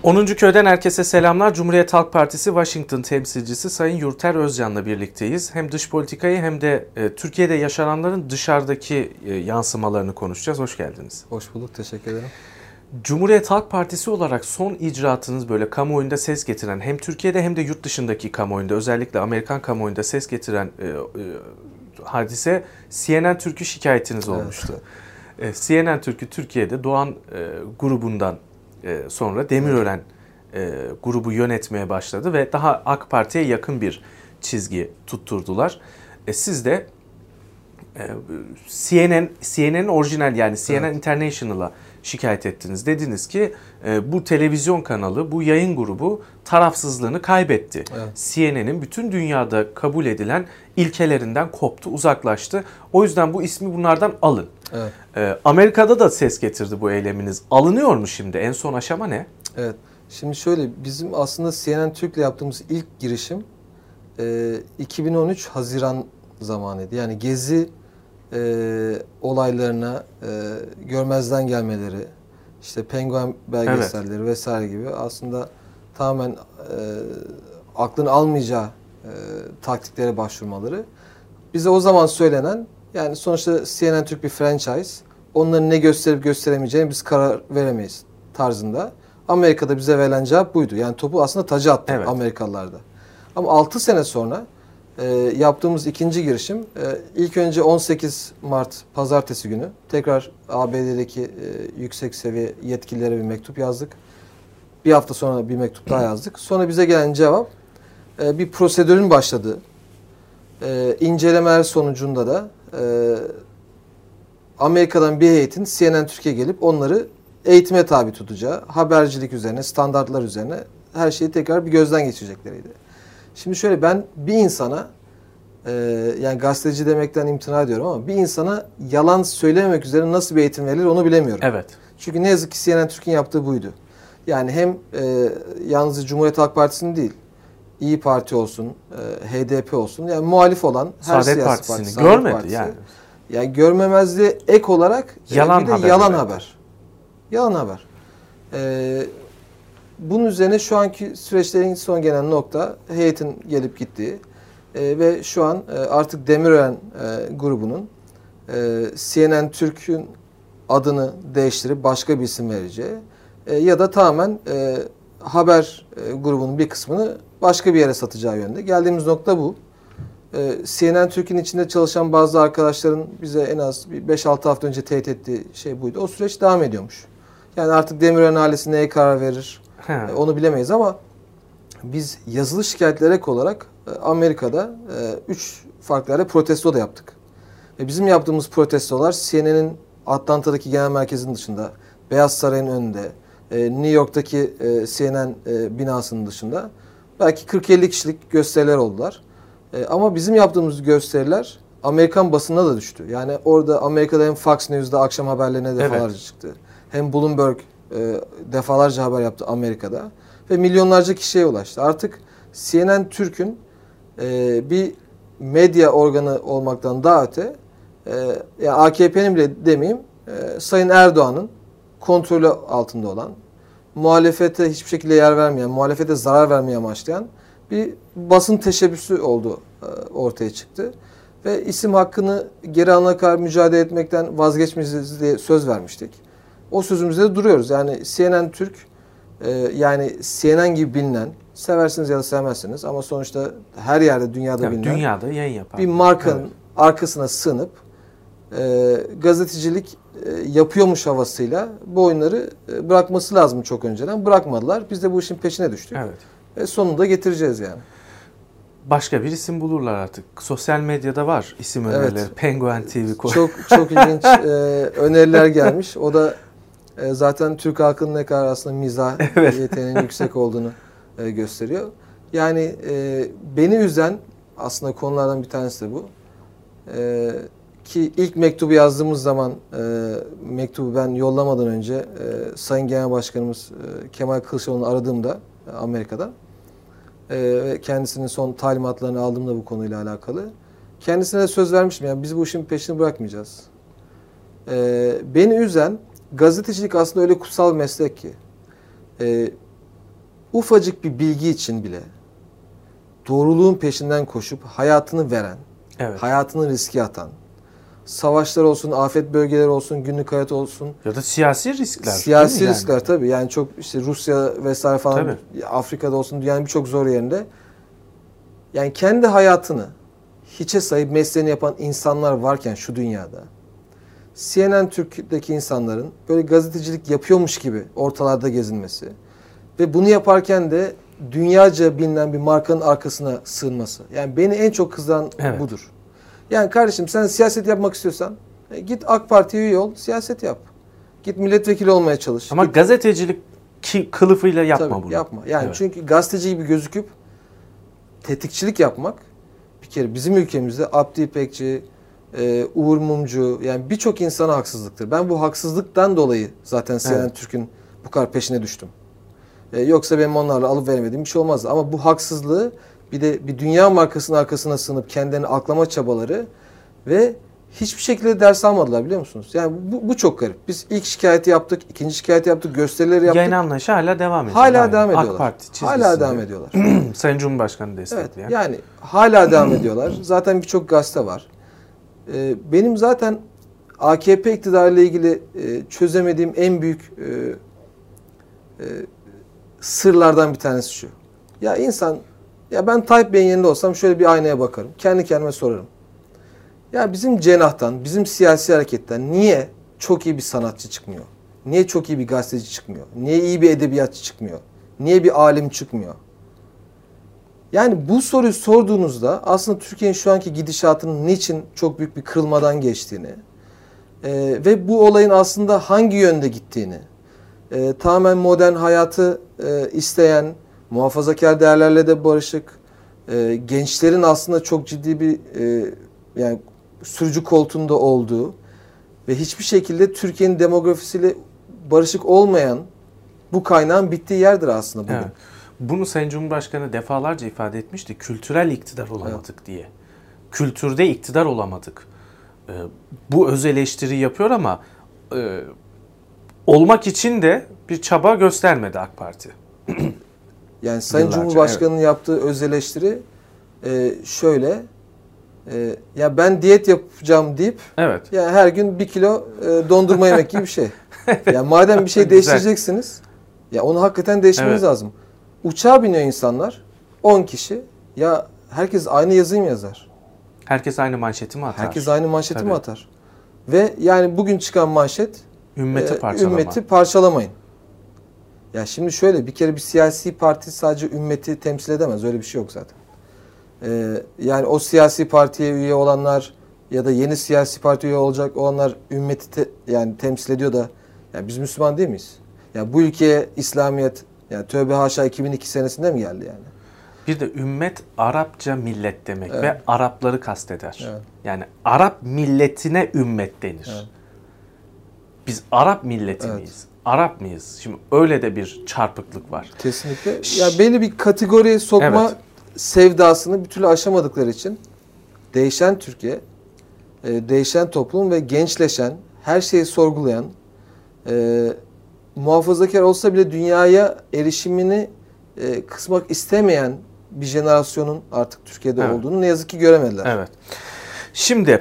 10. Köy'den herkese selamlar. Cumhuriyet Halk Partisi Washington temsilcisi Sayın Yurter Özcan'la birlikteyiz. Hem dış politikayı hem de Türkiye'de yaşananların dışarıdaki yansımalarını konuşacağız. Hoş geldiniz. Hoş bulduk, teşekkür ederim. Cumhuriyet Halk Partisi olarak son icraatınız böyle kamuoyunda ses getiren, hem Türkiye'de hem de yurt dışındaki kamuoyunda, özellikle Amerikan kamuoyunda ses getiren hadise CNN Türk'ü şikayetiniz olmuştu. Evet. CNN Türk'ü Türkiye'de Doğan grubundan sonra Demirören grubu yönetmeye başladı ve daha AK Parti'ye yakın çizgi tutturdular. Siz de CNN'in orijinal, yani CNN evet. International'a şikayet ettiniz. Dediniz ki bu televizyon kanalı, bu yayın grubu tarafsızlığını kaybetti. Evet. CNN'in bütün dünyada kabul edilen ilkelerinden koptu, uzaklaştı. O yüzden bu ismi bunlardan alın. Evet. Amerika'da da ses getirdi bu eyleminiz. Alınıyor mu şimdi? En son aşama ne? Evet. Şimdi şöyle, bizim aslında CNN Türk'le yaptığımız ilk girişim 2013 Haziran zamanıydı. Yani Gezi olaylarına görmezden gelmeleri, işte penguen belgeselleri evet. vesaire gibi aslında tamamen aklın almayacağı taktiklere başvurmaları. Bize o zaman söylenen, yani sonuçta CNN Türk bir franchise, onların ne gösterip gösteremeyeceğini biz karar veremeyiz tarzında. Amerika'da bize verilen cevap buydu. Yani topu aslında taca attı evet. Amerikalılarda. Ama 6 sene sonra yaptığımız ikinci girişim, ilk önce 18 Mart pazartesi günü tekrar ABD'deki yüksek seviye yetkililere bir mektup yazdık. Bir hafta sonra bir mektup daha yazdık. Sonra bize gelen cevap bir prosedürün başladığı, incelemeler sonucunda da Amerika'dan bir heyetin CNN Türkiye gelip onları eğitime tabi tutacağı, habercilik üzerine, standartlar üzerine her şeyi tekrar bir gözden geçirecekleriydi. Şimdi şöyle, ben bir insana, yani gazeteci demekten imtina ediyorum ama bir insana yalan söylememek üzere nasıl bir eğitim verilir onu bilemiyorum. Evet. Çünkü ne yazık ki CNN Türk'ün yaptığı buydu. Yani hem yalnızca Cumhuriyet Halk Partisi'nin değil, İyi Parti olsun, HDP olsun, yani muhalif olan her siyasi parti, görmedi Partisi, yani. Yani görmemezliğe ek olarak yalan bir de yalan haber. Yalan haber. Bunun üzerine şu anki süreçlerin son gelen nokta, heyetin gelip gittiği ve şu an artık Demirören grubunun CNN Türk'ün adını değiştirip başka bir isim vereceği ya da tamamen haber grubunun bir kısmını başka bir yere satacağı yönde. Geldiğimiz nokta bu. CNN Türk'ün içinde çalışan bazı arkadaşların bize en az 5-6 hafta önce teyit ettiği şey buydu. O süreç devam ediyormuş. Yani artık Demirören ailesi neye karar verir onu bilemeyiz ama biz yazılı şikayetler ek olarak Amerika'da 3 farklı yerde protesto da yaptık. Ve bizim yaptığımız protestolar CNN'in Atlanta'daki genel merkezinin dışında, Beyaz Saray'ın önünde, New York'taki CNN binasının dışında belki 40-50 kişilik gösteriler oldular. Ama bizim yaptığımız gösteriler Amerikan basınına da düştü. Yani orada Amerika'da hem Fox News'da akşam haberlerine defalarca evet. çıktı. Hem Bloomberg defalarca haber yaptı Amerika'da. Ve milyonlarca kişiye ulaştı. Artık CNN Türk'ün bir medya organı olmaktan daha öte, yani AKP'nin bile demeyeyim, Sayın Erdoğan'ın kontrolü altında olan, muhalefete hiçbir şekilde yer vermeyen, muhalefete zarar vermeye amaçlayan bir basın teşebbüsü olduğu ortaya çıktı. Ve isim hakkını geri alana kadar mücadele etmekten vazgeçmeyeceğiz diye söz vermiştik. O sözümüzde de duruyoruz. Yani CNN Türk, yani CNN gibi bilinen, seversiniz ya da sevmezsiniz ama sonuçta her yerde dünyada bilinen, dünyada yayın yapan bir markanın evet. arkasına sığınıp gazetecilik yapıyormuş havasıyla bu oyunları bırakması lazım çok önceden. Bırakmadılar. Biz de bu işin peşine düştük. Evet. Ve sonunda getireceğiz yani. Başka bir isim bulurlar artık. Sosyal medyada var isim önerileri. Evet. Penguen TV. Çok ilginç öneriler gelmiş. O da zaten Türk halkının ne kadar aslında mizah evet. yeteneğinin yüksek olduğunu gösteriyor. Yani beni üzen aslında konulardan bir tanesi de bu. Ki ilk mektubu yazdığımız zaman, mektubu ben yollamadan önce Sayın Genel Başkanımız Kemal Kılıçdaroğlu'nu aradığımda Amerika'dan ve kendisinin son talimatlarını aldığımda bu konuyla alakalı, kendisine de söz vermiştim. Yani biz bu işin peşini bırakmayacağız. Beni üzen, gazetecilik aslında öyle kutsal bir meslek ki ufacık bir bilgi için bile doğruluğun peşinden koşup hayatını veren, Evet. hayatını riske atan, savaşlar olsun, afet bölgeleri olsun, günlük hayat olsun. Ya da siyasi riskler. Siyasi değil mi riskler yani? tabii. Yani çok işte Rusya vesaire falan, Tabii. Afrika'da olsun, dünyanın birçok zor yerinde. Yani kendi hayatını hiçe sayıp mesleğini yapan insanlar varken şu dünyada, CNN Türk'teki insanların böyle gazetecilik yapıyormuş gibi ortalarda gezinmesi ve bunu yaparken de dünyaca bilinen bir markanın arkasına sığınması. Yani beni en çok kızdıran Evet. budur. Yani kardeşim sen siyaset yapmak istiyorsan git AK Parti'ye üye ol, siyaset yap. Git milletvekili olmaya çalış. Ama Git, gazetecilik kılıfıyla yapma tabii, bunu. yapma. Yani Evet. çünkü gazeteci gibi gözüküp tetikçilik yapmak bir kere bizim ülkemizde Abdi İpekçi, Uğur Mumcu, yani birçok insana haksızlıktır. Ben bu haksızlıktan dolayı zaten CNN Evet. Türk'ün bu kadar peşine düştüm. Yoksa benim onlarla alıp veremediğim bir şey olmazdı. Ama bu haksızlığı bir de bir dünya markasının arkasına sığınıp kendilerini aklama çabaları ve hiçbir şekilde ders almadılar, biliyor musunuz? Yani bu çok garip. Biz ilk şikayeti yaptık, ikinci şikayeti yaptık, gösterileri yaptık. Yayın anlayışı hala devam ediyor. Hala Aynı. devam ediyorlar. AK Parti çizgisinde. Hala devam ediyorlar. Sayın Cumhurbaşkanı Evet, destekleyen. yani hala devam ediyorlar. Zaten birçok gazete var. Benim zaten AKP iktidarıyla ilgili çözemediğim en büyük sırlardan bir tanesi şu. Ya insan, ya ben Tayyip Bey'in yerinde olsam şöyle bir aynaya bakarım. Kendi kendime sorarım. Ya bizim cenahtan, bizim siyasi hareketten niye çok iyi bir sanatçı çıkmıyor? Niye çok iyi bir gazeteci çıkmıyor? Niye iyi bir edebiyatçı çıkmıyor? Niye bir alim çıkmıyor? Yani bu soruyu sorduğunuzda aslında Türkiye'nin şu anki gidişatının niçin çok büyük bir kırılmadan geçtiğini ve bu olayın aslında hangi yönde gittiğini, tamamen modern hayatı isteyen, muhafazakar değerlerle de barışık, gençlerin aslında çok ciddi bir yani sürücü koltuğunda olduğu ve hiçbir şekilde Türkiye'nin demografisiyle barışık olmayan bu kaynağın bittiği yerdir aslında bugün. Evet. Bunu Sayın Cumhurbaşkanı defalarca ifade etmişti. Kültürel iktidar olamadık diye. Kültürde iktidar olamadık. Bu öz eleştiri yapıyor ama olmak için de bir çaba göstermedi AK Parti. Yani Sayın Yıllarca, Cumhurbaşkanı'nın yaptığı öz eleştiri şöyle, ya ben diyet yapacağım deyip Evet. ya her gün 1 kilo dondurma yemek gibi bir şey. Yani madem bir şey Güzel. değiştireceksiniz, ya onu hakikaten değiştirmeniz Evet. lazım. Uçağa biniyor insanlar, 10 kişi, ya herkes aynı yazıyı mı yazar? Herkes aynı manşeti mi atar? Herkes aynı manşeti mi Tabii. atar? Ve yani bugün çıkan manşet, Ümmeti parçalama. ümmeti parçalamayın. Ya şimdi şöyle, bir kere bir siyasi parti sadece ümmeti temsil edemez. Öyle bir şey yok zaten. Yani o siyasi partiye üye olanlar ya da yeni siyasi partiye üye olacak olanlar ümmeti yani temsil ediyor da, yani biz Müslüman değil miyiz? Yani bu ülkeye İslamiyet, yani tövbe haşa 2002 senesinde mi geldi yani? Bir de ümmet Arapça millet demek Evet. ve Arapları kasteder. Evet. Yani Arap milletine ümmet denir. Evet. Biz Arap milleti Evet. miyiz? Arap mıyız? Şimdi öyle de bir çarpıklık var. Kesinlikle. Ya belli bir kategoriye sokma Evet. sevdasını bir türlü aşamadıkları için değişen Türkiye, değişen toplum ve gençleşen, her şeyi sorgulayan, muhafazakar olsa bile dünyaya erişimini kısmak istemeyen bir jenerasyonun artık Türkiye'de Evet. olduğunu ne yazık ki göremediler. Evet. Şimdi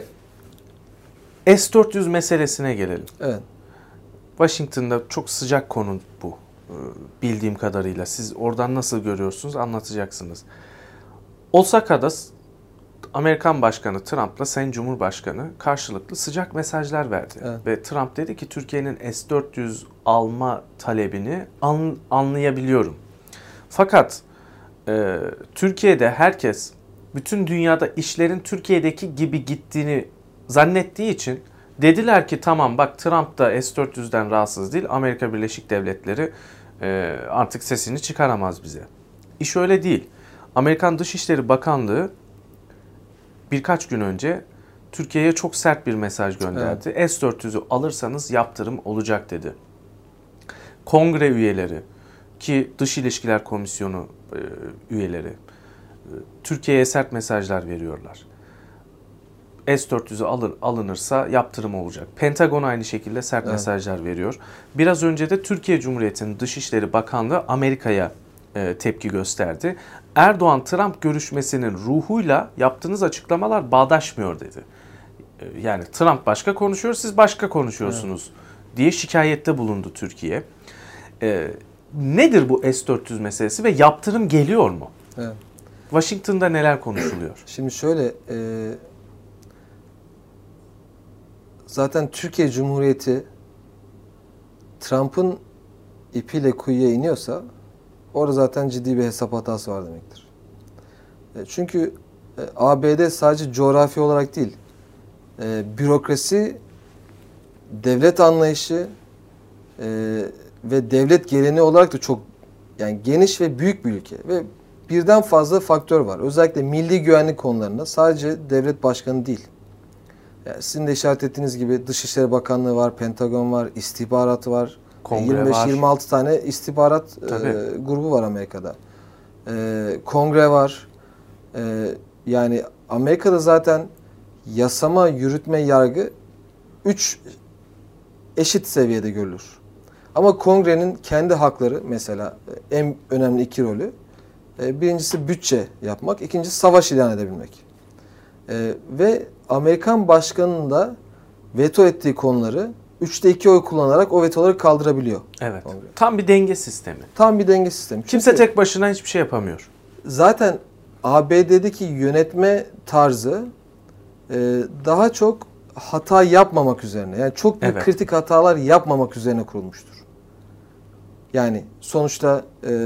S-400 meselesine gelelim. Evet. Washington'da çok sıcak konu bu. Bildiğim kadarıyla. Siz oradan nasıl görüyorsunuz anlatacaksınız. Osaka'da Amerikan Başkanı Trump'la Sayın Cumhurbaşkanı karşılıklı sıcak mesajlar verdi. Evet. Ve Trump dedi ki Türkiye'nin S-400 alma talebini anlayabiliyorum. Fakat Türkiye'de herkes bütün dünyada işlerin Türkiye'deki gibi gittiğini zannettiği için dediler ki tamam bak Trump da S-400'den rahatsız değil. Amerika Birleşik Devletleri artık sesini çıkaramaz bize. İş öyle değil. Amerikan Dışişleri Bakanlığı birkaç gün önce Türkiye'ye çok sert bir mesaj gönderdi. Evet. S-400'ü alırsanız yaptırım olacak dedi. Kongre üyeleri ki Dış İlişkiler Komisyonu üyeleri Türkiye'ye sert mesajlar veriyorlar. S-400'ü alınırsa yaptırım olacak. Pentagon aynı şekilde sert mesajlar veriyor. Biraz önce de Türkiye Cumhuriyeti'nin Dışişleri Bakanlığı Amerika'ya tepki gösterdi. Erdoğan-Trump görüşmesinin ruhuyla yaptığınız açıklamalar bağdaşmıyor dedi. Yani Trump başka konuşuyor, siz başka konuşuyorsunuz diye şikayette bulundu Türkiye. Nedir bu S-400 meselesi ve yaptırım geliyor mu? Evet. Washington'da neler konuşuluyor? Şimdi şöyle, zaten Türkiye Cumhuriyeti Trump'ın ipiyle kuyuya iniyorsa orada zaten ciddi bir hesap hatası var demektir. Çünkü ABD sadece coğrafi olarak değil, bürokrasi, devlet anlayışı ve devlet geleneği olarak da çok yani geniş ve büyük bir ülke ve birden fazla faktör var. Özellikle milli güvenlik konularında sadece devlet başkanı değil. Yani sizin de işaret ettiğiniz gibi Dışişleri Bakanlığı var, Pentagon var, istihbaratı var. 25-26 tane istihbarat grubu var Amerika'da. Kongre var. Yani Amerika'da zaten yasama, yürütme, yargı 3 eşit seviyede görülür. Ama Kongre'nin kendi hakları mesela en önemli 2 rolü. Birincisi bütçe yapmak, ikincisi savaş ilan edebilmek. Ve Amerikan başkanının da veto ettiği konuları 3'te 2 oy kullanarak o vetoları kaldırabiliyor. Evet. Kongre. Tam bir denge sistemi. Tam bir denge sistemi. Kimse tek başına hiçbir şey yapamıyor. Zaten ABD'deki yönetme tarzı daha çok hata yapmamak üzerine. Yani çok büyük kritik hatalar yapmamak üzerine kurulmuştur. Yani sonuçta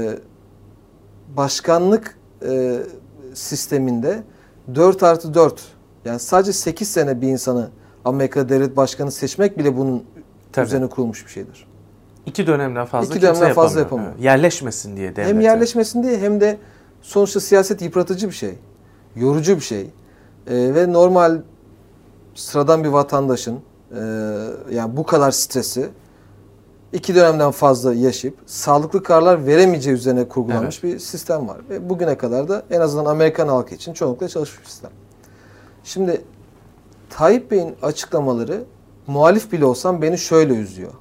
başkanlık sisteminde 4+4 yani sadece 8 sene bir insanı Amerika devlet başkanı seçmek bile bunun üzerine kurulmuş bir şeydir. 2 dönemden fazla yapamıyor. Yerleşmesin diye devlete. Hem yerleşmesin diye hem de sonuçta siyaset yıpratıcı bir şey. Yorucu bir şey. Ve normal sıradan bir vatandaşın yani bu kadar stresi 2 dönemden fazla yaşayıp sağlıklı kararlar veremeyeceği üzerine kurgulanmış bir sistem var. Ve bugüne kadar da en azından Amerikan halkı için çoğunlukla çalışmış bir sistem. Şimdi Tayyip Bey'in açıklamaları muhalif bile olsam beni şöyle üzüyor.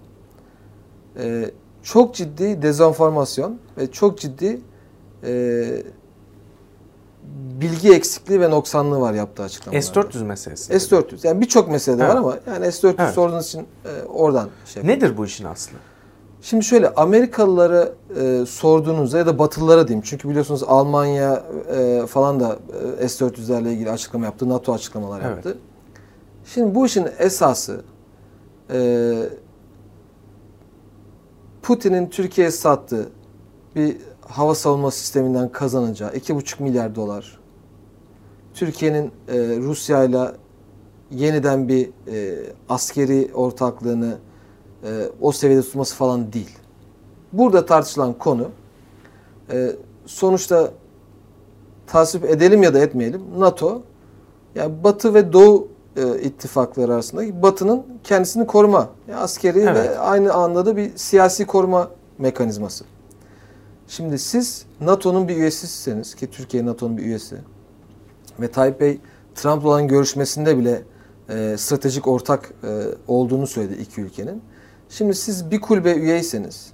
Çok ciddi dezenformasyon ve çok ciddi bilgi eksikliği ve noksanlığı var yaptığı açıklamalarda. S-400 meselesi. S-400. Yani birçok meselede var ama yani S-400 sorduğunuz için oradan şey yapayım. Nedir bu işin aslı? Şimdi şöyle Amerikalılara sorduğunuzda ya da Batılılara diyeyim. Çünkü biliyorsunuz Almanya falan da S-400'lerle ilgili açıklama yaptı. NATO açıklamalar yaptı. Şimdi bu işin esası Putin'in Türkiye'ye sattığı bir hava savunma sisteminden kazanacağı 2,5 milyar dolar. Türkiye'nin Rusya'yla yeniden bir askeri ortaklığını o seviyede tutması falan değil. Burada tartışılan konu sonuçta tasvip edelim ya da etmeyelim NATO yani Batı ve Doğu ittifakları arasında Batı'nın kendisini koruma, yani askeri ve aynı anda da bir siyasi koruma mekanizması. Şimdi siz NATO'nun bir üyesisiniz ki Türkiye NATO'nun bir üyesi ve Tayyip Bey Trump'la olan görüşmesinde bile stratejik ortak olduğunu söyledi iki ülkenin. Şimdi siz bir kulübe üyeyseniz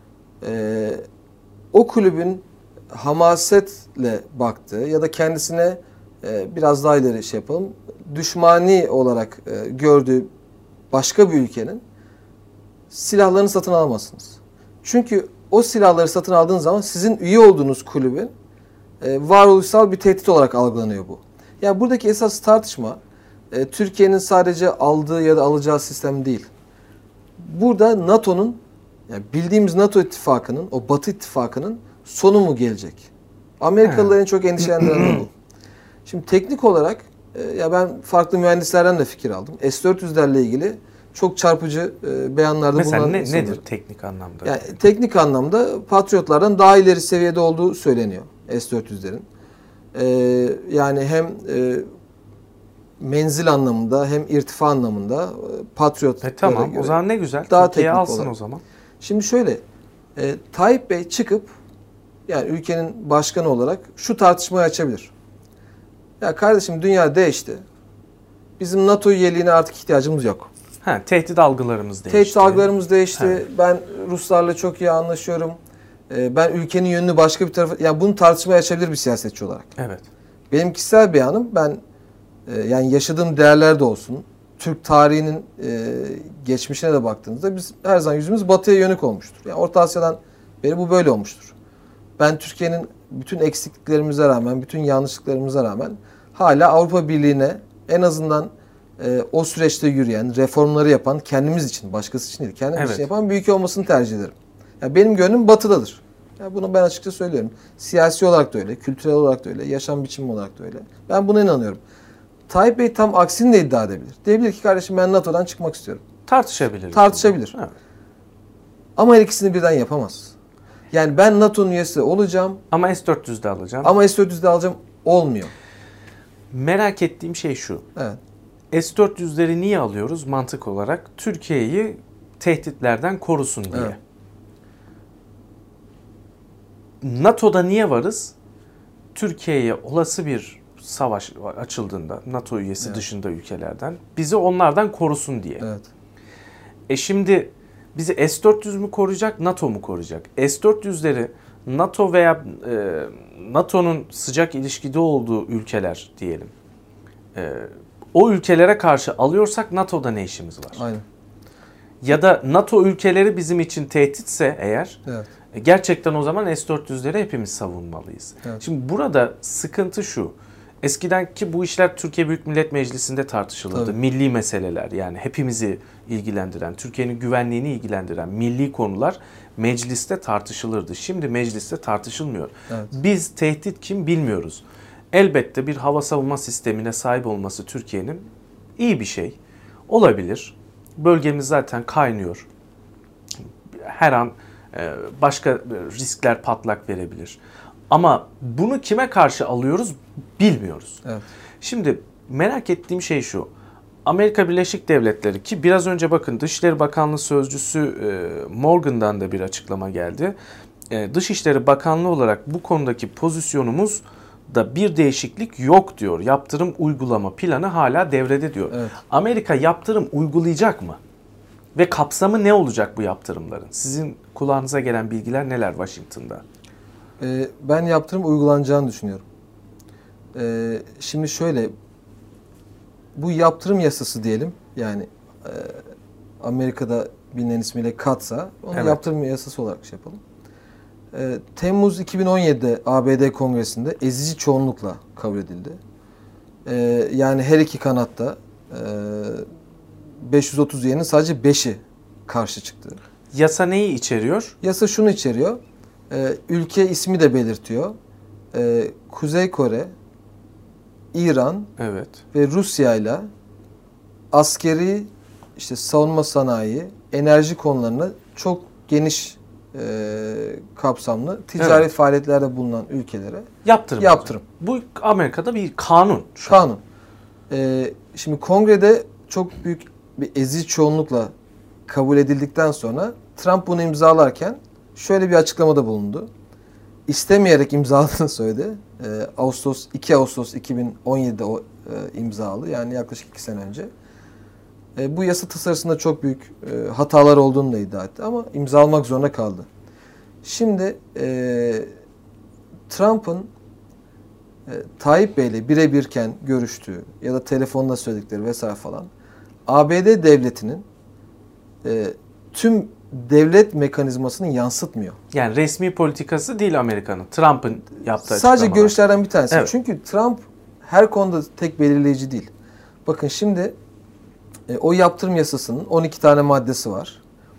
o kulübün hamasetle baktığı ya da kendisine biraz daha ileri şey yapalım düşmani olarak gördüğü başka bir ülkenin silahlarını satın alamazsınız. Çünkü o silahları satın aldığınız zaman sizin üye olduğunuz kulübün varoluşsal bir tehdit olarak algılanıyor bu. Yani buradaki esas tartışma Türkiye'nin sadece aldığı ya da alacağı sistem değil. Burada NATO'nun yani bildiğimiz NATO ittifakının, o Batı ittifakının sonu mu gelecek? Amerikalıları en çok endişelendiren bu. Şimdi teknik olarak ya ben farklı mühendislerden de fikir aldım. S-400'lerle ilgili çok çarpıcı beyanlarda bulunan mesela nedir teknik anlamda? Yani teknik anlamda Patriotlardan daha ileri seviyede olduğu söyleniyor S-400'lerin. Yani hem menzil anlamında hem irtifa anlamında Patriot. Tamam o zaman ne güzel. Daha Türkiye teknik alsın olarak. o zaman. Şimdi şöyle Tayyip Bey çıkıp yani ülkenin başkanı olarak şu tartışmayı açabilir. Ya kardeşim dünya değişti. Bizim NATO üyeliğine artık ihtiyacımız yok. Tehdit algılarımız değişti. Tehdit algılarımız değişti. Evet. Ben Ruslarla çok iyi anlaşıyorum. Ben ülkenin yönünü başka bir tarafa... Yani bunu tartışmaya açabilir bir siyasetçi olarak. Evet. Benim kişisel beyanım, ben yani yaşadığım değerler de olsun, Türk tarihinin geçmişine de baktığınızda biz her zaman yüzümüz batıya yönük olmuştur. Yani Orta Asya'dan beri bu böyle olmuştur. Ben Türkiye'nin bütün eksikliklerimize rağmen, bütün yanlışlıklarımıza rağmen hala Avrupa Birliği'ne en azından o süreçte yürüyen, reformları yapan, kendimiz için, başkası için değil, kendimiz için yapan bir ülke olmasını tercih ederim. Yani benim gönlüm batıdadır. Yani bunu ben açıkça söylüyorum. Siyasi olarak da öyle, kültürel olarak da öyle, yaşam biçimi olarak da öyle. Ben buna inanıyorum. Tayyip Bey tam aksini de iddia edebilir. Diyebilir ki kardeşim ben NATO'dan çıkmak istiyorum. Tartışabilir. Tartışabilir. Evet. Ama her ikisini birden yapamaz. Yani ben NATO'nun üyesi olacağım. Ama S-400'de alacağım. Ama S-400'de alacağım. Olmuyor. Merak ettiğim şey şu. Evet. S-400'leri niye alıyoruz mantık olarak? Türkiye'yi tehditlerden korusun diye. Evet. NATO'da niye varız? Türkiye'ye olası bir savaş açıldığında NATO üyesi dışında ülkelerden bizi onlardan korusun diye. Evet. Şimdi bizi S-400 mü koruyacak, NATO mu koruyacak? S-400'leri NATO veya NATO'nun sıcak ilişkide olduğu ülkeler diyelim. O ülkelere karşı alıyorsak NATO'da ne işimiz var? Aynen. Ya da NATO ülkeleri bizim için tehditse eğer, Evet. Gerçekten o zaman S-400'leri hepimiz savunmalıyız. Evet. Şimdi burada sıkıntı şu. Eskiden ki bu işler Türkiye Büyük Millet Meclisi'nde tartışılırdı. Tabii. Milli meseleler, yani hepimizi ilgilendiren, Türkiye'nin güvenliğini ilgilendiren milli konular mecliste tartışılırdı. Şimdi mecliste tartışılmıyor. Evet. Biz tehdit kim bilmiyoruz. Elbette bir hava savunma sistemine sahip olması Türkiye'nin iyi bir şey. Olabilir. Bölgemiz zaten kaynıyor. Her an başka riskler patlak verebilir. Ama bunu kime karşı alıyoruz bilmiyoruz. Evet. Şimdi merak ettiğim şey şu. Amerika Birleşik Devletleri, ki biraz önce bakın Dışişleri Bakanlığı Sözcüsü Morgan'dan da bir açıklama geldi. Dışişleri Bakanlığı olarak bu konudaki pozisyonumuz da bir değişiklik yok diyor. Yaptırım uygulama planı hala devrede diyor. Evet. Amerika yaptırım uygulayacak mı? Ve kapsamı ne olacak bu yaptırımların? Sizin kulağınıza gelen bilgiler neler Washington'da? Ben yaptırım uygulanacağını düşünüyorum. Şimdi şöyle, bu yaptırım yasası diyelim, yani Amerika'da bilinen ismiyle CAATSA, onu yaptırım yasası olarak şey yapalım. Temmuz 2017'de ABD Kongresi'nde ezici çoğunlukla kabul edildi. Yani her iki kanatta 530 üyenin sadece 5'i karşı çıktı. Yasa neyi içeriyor? Yasa şunu içeriyor. Ülke ismi de belirtiyor. Kuzey Kore, İran ve Rusya ile askeri, işte savunma sanayi, enerji konularına çok geniş kapsamlı ticari faaliyetlerde bulunan ülkelere yaptırım. Bu Amerika'da bir kanun. Kanun. Şimdi kongrede çok büyük bir ezici çoğunlukla kabul edildikten sonra Trump bunu imzalarken şöyle bir açıklamada bulundu. İstemeyerek imzaladığını söyledi. 2 Ağustos 2017'de o imzalı, yani yaklaşık 2 sene önce. Bu yasa tasarısında çok büyük hatalar olduğunu da iddia etti ama imzalamak zorunda kaldı. Şimdi Trump'ın Tayyip Bey'le birebirken görüştüğü ya da telefonla söyledikleri vesaire falan, ABD devletinin tüm devlet mekanizmasını yansıtmıyor. Yani resmi politikası değil Amerika'nın. Trump'ın yaptığı sadece açıklamalar. Görüşlerden bir tanesi. Evet. Çünkü Trump her konuda tek belirleyici değil. Bakın şimdi o yaptırım yasasının 12 tane maddesi var.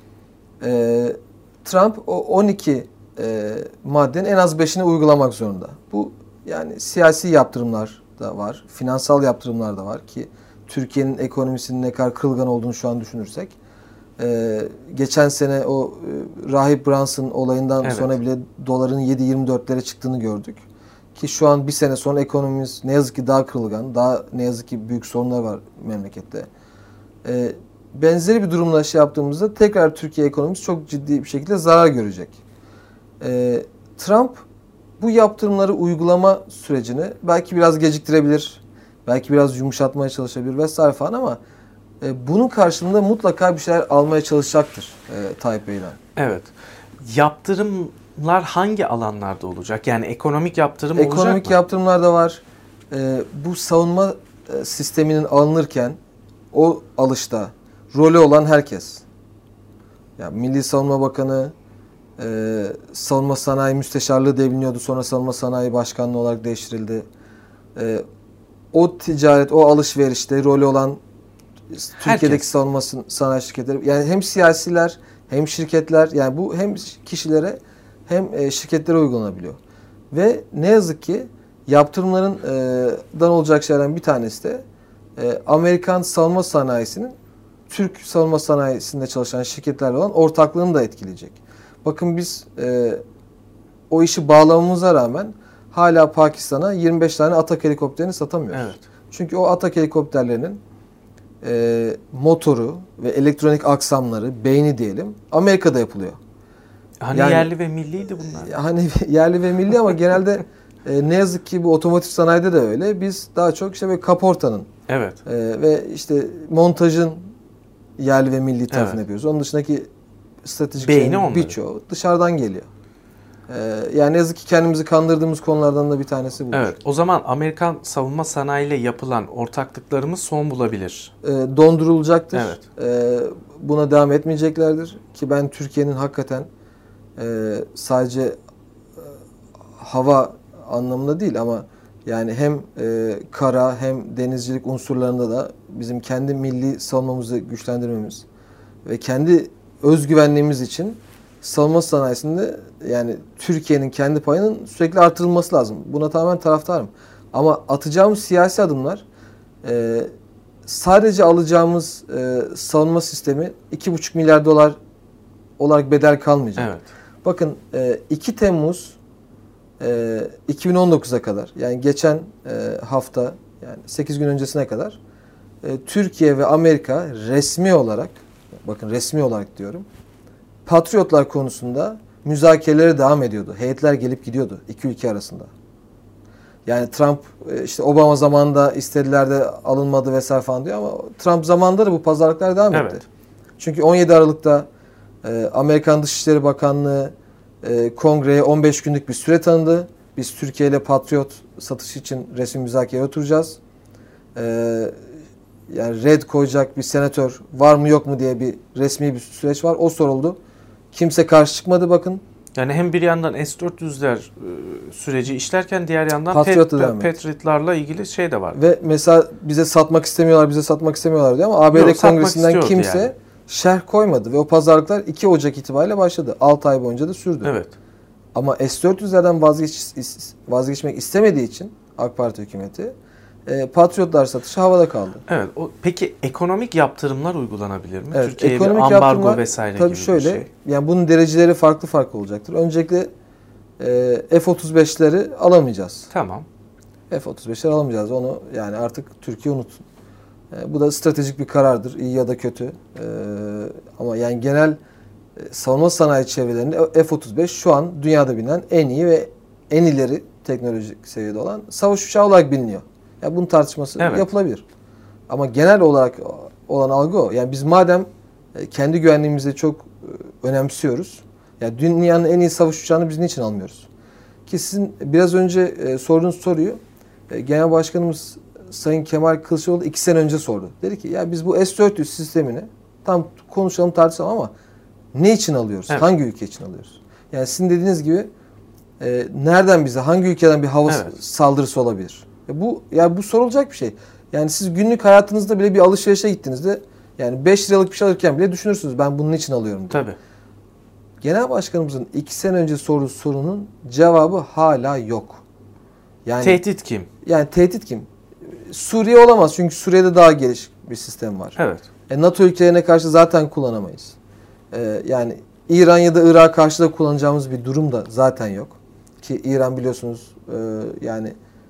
Trump o 12 maddenin en az 5'ini uygulamak zorunda. Bu yani siyasi yaptırımlar da var, finansal yaptırımlar da var ki Türkiye'nin ekonomisinin ne kadar kırılgan olduğunu şu an düşünürsek. Geçen sene o Rahip Brunson olayından sonra bile doların 7.24'lere çıktığını gördük. Ki şu an bir sene sonra ekonomimiz ne yazık ki daha kırılgan, daha ne yazık ki büyük sorunlar var memlekette. Benzeri bir durumla yaptığımızda tekrar Türkiye ekonomisi çok ciddi bir şekilde zarar görecek. Trump bu yaptırımları uygulama sürecini belki biraz geciktirebilir, belki biraz yumuşatmaya çalışabilir vesaire falan ama bunun karşılığında mutlaka bir şeyler almaya çalışacaktır Tayyip Bey'den. Evet. Yaptırım yaptırımlar hangi alanlarda olacak? Yani ekonomik yaptırım olacak mı? Ekonomik yaptırımlar da var. Bu savunma sisteminin alınırken o alışta rolü olan herkes. Yani Milli Savunma Bakanı, Savunma Sanayi Müsteşarlığı diye biliniyordu. Sonra Savunma Sanayi Başkanlığı olarak değiştirildi. O ticaret, o alışverişte rolü olan Türkiye'deki Herkes. savunma sanayi şirketleri, yani hem siyasiler hem şirketler, yani bu hem kişilere hem şirketlere uygulanabiliyor. Ve ne yazık ki yaptırımlarından olacak şeylerden bir tanesi de Amerikan savunma sanayisinin Türk savunma sanayisinde çalışan şirketlerle olan ortaklığını da etkileyecek. Bakın biz o işi bağlamamıza rağmen hala Pakistan'a 25 tane Atak helikopterini satamıyoruz. Evet. Çünkü o Atak helikopterlerinin motoru ve elektronik aksamları, beyni diyelim, Amerika'da yapılıyor. Hani Yani, yerli ve milliydi bunlar. Hani yerli ve milli ama genelde ne yazık ki bu otomotiv sanayide de öyle. Biz daha çok işte böyle kaportanın Evet. ve işte montajın yerli ve milli tarafını Evet. yapıyoruz. Onun dışındaki stratejik Beyni şeyin onların. birçoğu dışarıdan geliyor. Yani ne yazık ki kendimizi kandırdığımız konulardan da bir tanesi bu. Evet. O zaman Amerikan savunma sanayiyle yapılan ortaklıklarımız son bulabilir. Dondurulacaktır. Evet. Buna devam etmeyeceklerdir. Ki ben Türkiye'nin hakikaten sadece hava anlamında değil ama yani hem kara hem denizcilik unsurlarında da bizim kendi milli savunmamızı güçlendirmemiz ve kendi özgüvenliğimiz için savunma sanayisinde yani Türkiye'nin kendi payının sürekli artırılması lazım. Buna tamamen taraftarım. Ama atacağımız siyasi adımlar sadece alacağımız savunma sistemi 2,5 milyar dolar olarak bedel kalmayacak. Evet. Bakın 2 Temmuz 2019'a kadar, yani geçen hafta, yani 8 gün öncesine kadar Türkiye ve Amerika resmi olarak, bakın resmi olarak diyorum, Patriotlar konusunda müzakerelere devam ediyordu. Heyetler gelip gidiyordu iki ülke arasında. Yani Trump işte Obama zamanında istediler de alınmadı vesaire falan diyor ama Trump zamanında da bu pazarlıklar devam etti. Evet. Çünkü 17 Aralık'ta Amerikan Dışişleri Bakanlığı Kongreye 15 günlük bir süre tanıdı. Biz Türkiye ile Patriot satışı için resmi müzakereye oturacağız. Yani red koyacak bir senatör var mı yok mu diye bir resmi bir süreç var. O soruldu. Kimse karşı çıkmadı bakın. Yani hem bir yandan S-400'ler süreci işlerken diğer yandan Patriot'larla ilgili şey de var. Ve mesela bize satmak istemiyorlar diyor ama ABD Kongresi'nden kimse yani şerh koymadı. Ve o pazarlıklar 2 Ocak itibariyle başladı. 6 ay boyunca da sürdü. Evet. Ama S-400'lerden vazgeçmek istemediği için AK Parti hükümeti Patriotlar satışı havada kaldı. Evet. Peki ekonomik yaptırımlar uygulanabilir mi? Evet, Türkiye'ye ekonomik bir ambargo vesaire tabii gibi şöyle, bir şey. Yani bunun dereceleri farklı olacaktır. Öncelikle F-35'leri alamayacağız. Tamam. F-35'leri alamayacağız. Onu yani artık Türkiye unutsun. Bu da stratejik bir karardır. İyi ya da kötü. Ama yani genel savunma sanayi çevrelerinde F-35 şu an dünyada bilinen en iyi ve en ileri teknolojik seviyede olan savaş uçağı olarak biliniyor. Yani bunun tartışması yapılabilir. Ama genel olarak olan algı o. Yani biz madem kendi güvenliğimizi çok önemsiyoruz. Yani dünyanın en iyi savaş uçağını biz niçin almıyoruz? Ki sizin biraz önce sorduğunuz soruyu Genel Başkanımız Sayın Kemal Kılıçdaroğlu 2 sene önce sordu. Dedi ki ya biz bu S-400 sistemini tam konuşalım tartışalım ama ne için alıyoruz? Evet. Hangi ülke için alıyoruz? Yani sizin dediğiniz gibi nereden bize, hangi ülkeden bir hava saldırısı olabilir? Bu sorulacak bir şey. Yani siz günlük hayatınızda bile bir alışverişe gittiğinizde yani 5 liralık bir şey alırken bile düşünürsünüz ben bunun için alıyorum diye. Tabii. Genel Başkanımızın 2 sene önce sorduğu sorunun cevabı hala yok. Yani tehdit kim? Yani tehdit kim? Suriye olamaz çünkü Suriye'de daha geniş bir sistem var. Evet. NATO ülkelerine karşı zaten kullanamayız. Yani İran ya da Irak'a karşı da kullanacağımız bir durum da zaten yok. Ki İran biliyorsunuz yani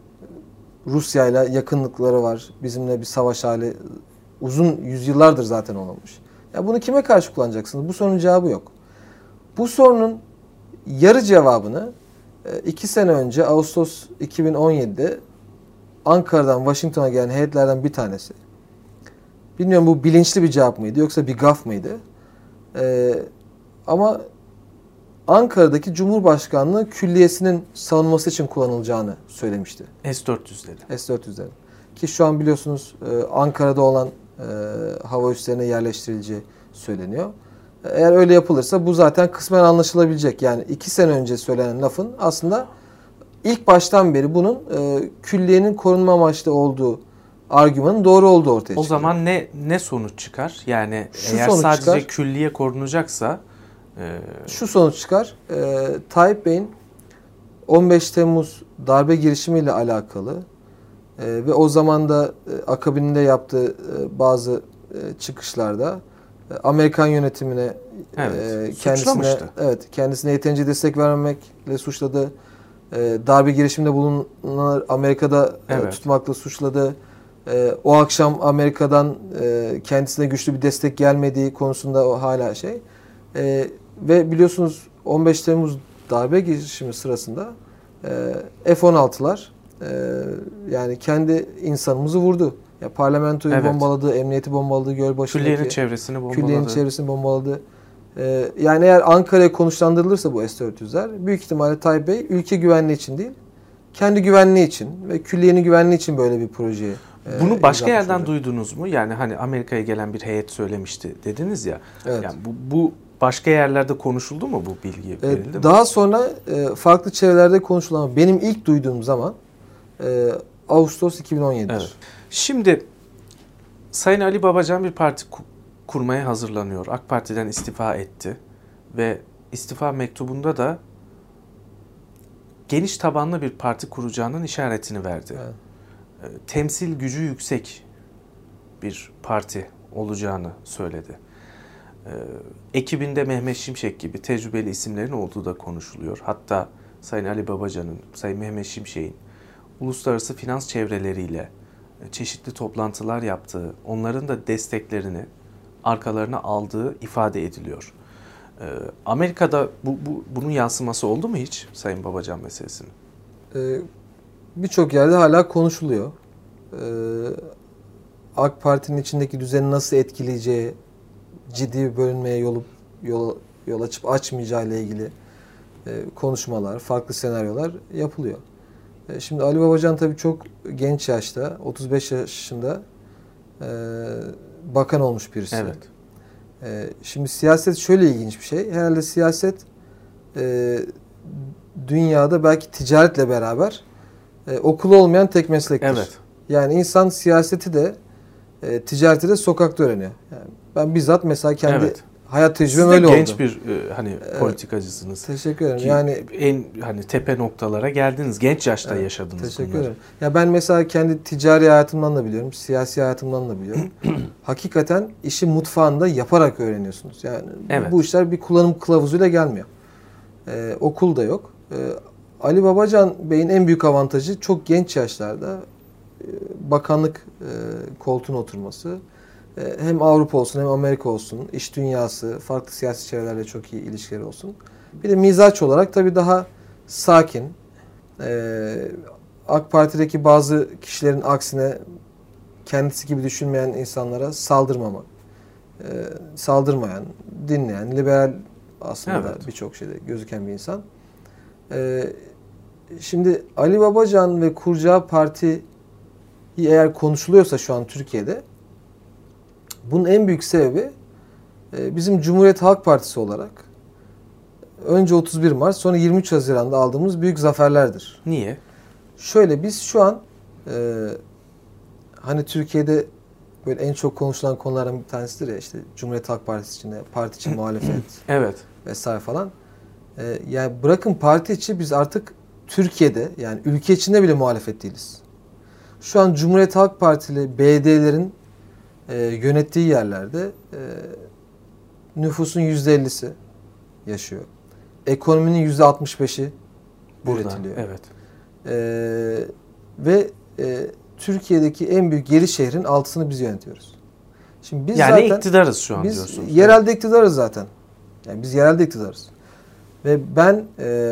Rusya ile yakınlıkları var. Bizimle bir savaş hali uzun yüzyıllardır zaten olmamış. Ya bunu kime karşı kullanacaksınız? Bu sorunun cevabı yok. Bu sorunun yarı cevabını 2 sene önce Ağustos 2017'de Ankara'dan Washington'a gelen heyetlerden bir tanesi. Bilmiyorum bu bilinçli bir cevap mıydı yoksa bir gaf mıydı? Ama Ankara'daki Cumhurbaşkanlığı Külliyesi'nin savunması için kullanılacağını söylemişti. S-400 dedi. S-400'lerin. Ki şu an biliyorsunuz Ankara'da olan hava üslerine yerleştirileceği söyleniyor. Eğer öyle yapılırsa bu zaten kısmen anlaşılabilecek. Yani 2 sene önce söylenen lafın aslında ilk baştan beri bunun külliyenin korunma amaçlı olduğu argümanın doğru olduğu ortaya çıkıyor. O zaman ne sonuç çıkar? Yani Şu eğer sonuç sadece çıkar. külliye korunacaksa Şu sonuç çıkar. Tayyip Bey'in 15 Temmuz darbe girişimiyle alakalı ve o zaman da akabinde yaptığı bazı çıkışlarda Amerikan yönetimine kendisine yeterince destek vermemekle suçladı. Darbe girişiminde bulunanlar Amerika'da tutmakla suçladı. O akşam Amerika'dan kendisine güçlü bir destek gelmediği konusunda o hala ve biliyorsunuz 15 Temmuz darbe girişimi sırasında F-16'lar yani kendi insanımızı vurdu. Ya parlamentoyu bombaladı, emniyeti bombaladı, Gölbaşı'ndaki külliyenin çevresini bombaladı. Yani eğer Ankara'ya konuşlandırılırsa bu S-400'ler büyük ihtimalle Tayyip Bey ülke güvenliği için değil, kendi güvenliği için ve külliyenin güvenliği için böyle bir projeye bunu başka yerden duydunuz mu? Yani hani Amerika'ya gelen bir heyet söylemişti dediniz ya. Evet. Yani bu başka yerlerde konuşuldu mu, bu bilgi verildi mi? Daha sonra farklı çevrelerde konuşulan, benim ilk duyduğum zaman Ağustos 2017'dir. Evet. Şimdi Sayın Ali Babacan bir parti kurmaya hazırlanıyor. AK Parti'den istifa etti ve istifa mektubunda da geniş tabanlı bir parti kuracağının işaretini verdi. Evet. Temsil gücü yüksek bir parti olacağını söyledi. Ekibinde Mehmet Şimşek gibi tecrübeli isimlerin olduğu da konuşuluyor. Hatta Sayın Ali Babacan'ın, Sayın Mehmet Şimşek'in uluslararası finans çevreleriyle çeşitli toplantılar yaptığı, onların da desteklerini arkalarına aldığı ifade ediliyor. Amerika'da bunun yansıması oldu mu hiç Sayın Babacan meselesinin? Birçok yerde hala konuşuluyor. AK Parti'nin içindeki düzeni nasıl etkileyeceği, ciddi bir bölünmeye yol açıp açmayacağı ile ilgili konuşmalar, farklı senaryolar yapılıyor. Şimdi Ali Babacan tabii çok genç yaşta, 35 yaşında bakan olmuş birisi. Evet. Şimdi siyaset şöyle ilginç bir şey. Herhalde siyaset dünyada belki ticaretle beraber okulu olmayan tek meslektir. Evet. Yani insan siyaseti de ticareti de sokakta öğreniyor. Yani ben bizzat mesela kendi hayat tecrübem öyle oldu. Genç bir politikacısınız. Teşekkür ederim. Ki yani en tepe noktalara geldiniz. Genç yaşta yaşadınız teşekkür bunları. ederim. Ya ben mesela kendi ticari hayatımdan da biliyorum, siyasi hayatımdan da biliyorum. Hakikaten işi mutfağında yaparak öğreniyorsunuz. Yani bu işler bir kullanım kılavuzuyla gelmiyor. Okul da yok. Ali Babacan Bey'in en büyük avantajı çok genç yaşlarda bakanlık koltuğuna oturması. Hem Avrupa olsun hem Amerika olsun, iş dünyası, farklı siyasi çevrelerle çok iyi ilişkileri olsun. Bir de mizaç olarak tabii daha sakin. AK Parti'deki bazı kişilerin aksine kendisi gibi düşünmeyen insanlara saldırmayan, dinleyen, liberal aslında birçok şeyde gözüken bir insan. Şimdi Ali Babacan ve kuracağı parti eğer konuşuluyorsa şu an Türkiye'de, bunun en büyük sebebi bizim Cumhuriyet Halk Partisi olarak önce 31 Mart sonra 23 Haziran'da aldığımız büyük zaferlerdir. Niye? Şöyle, biz şu an hani Türkiye'de böyle en çok konuşulan konulardan bir tanesidir ya, işte Cumhuriyet Halk Partisi içinde parti içi muhalefet vesaire falan. Yani bırakın parti içi, biz artık Türkiye'de, yani ülke içinde bile muhalefet değiliz. Şu an Cumhuriyet Halk Partili BD'lerin yönettiği yerlerde nüfusun %50'si yaşıyor. Ekonominin %65'i üretiliyor. Evet. Ve Türkiye'deki en büyük 7 şehrin 6'sını biz yönetiyoruz. Şimdi biz yani zaten iktidarız şu an diyorsunuz. Biz yerelde iktidarız zaten. Yani biz yerelde iktidarız. Ve ben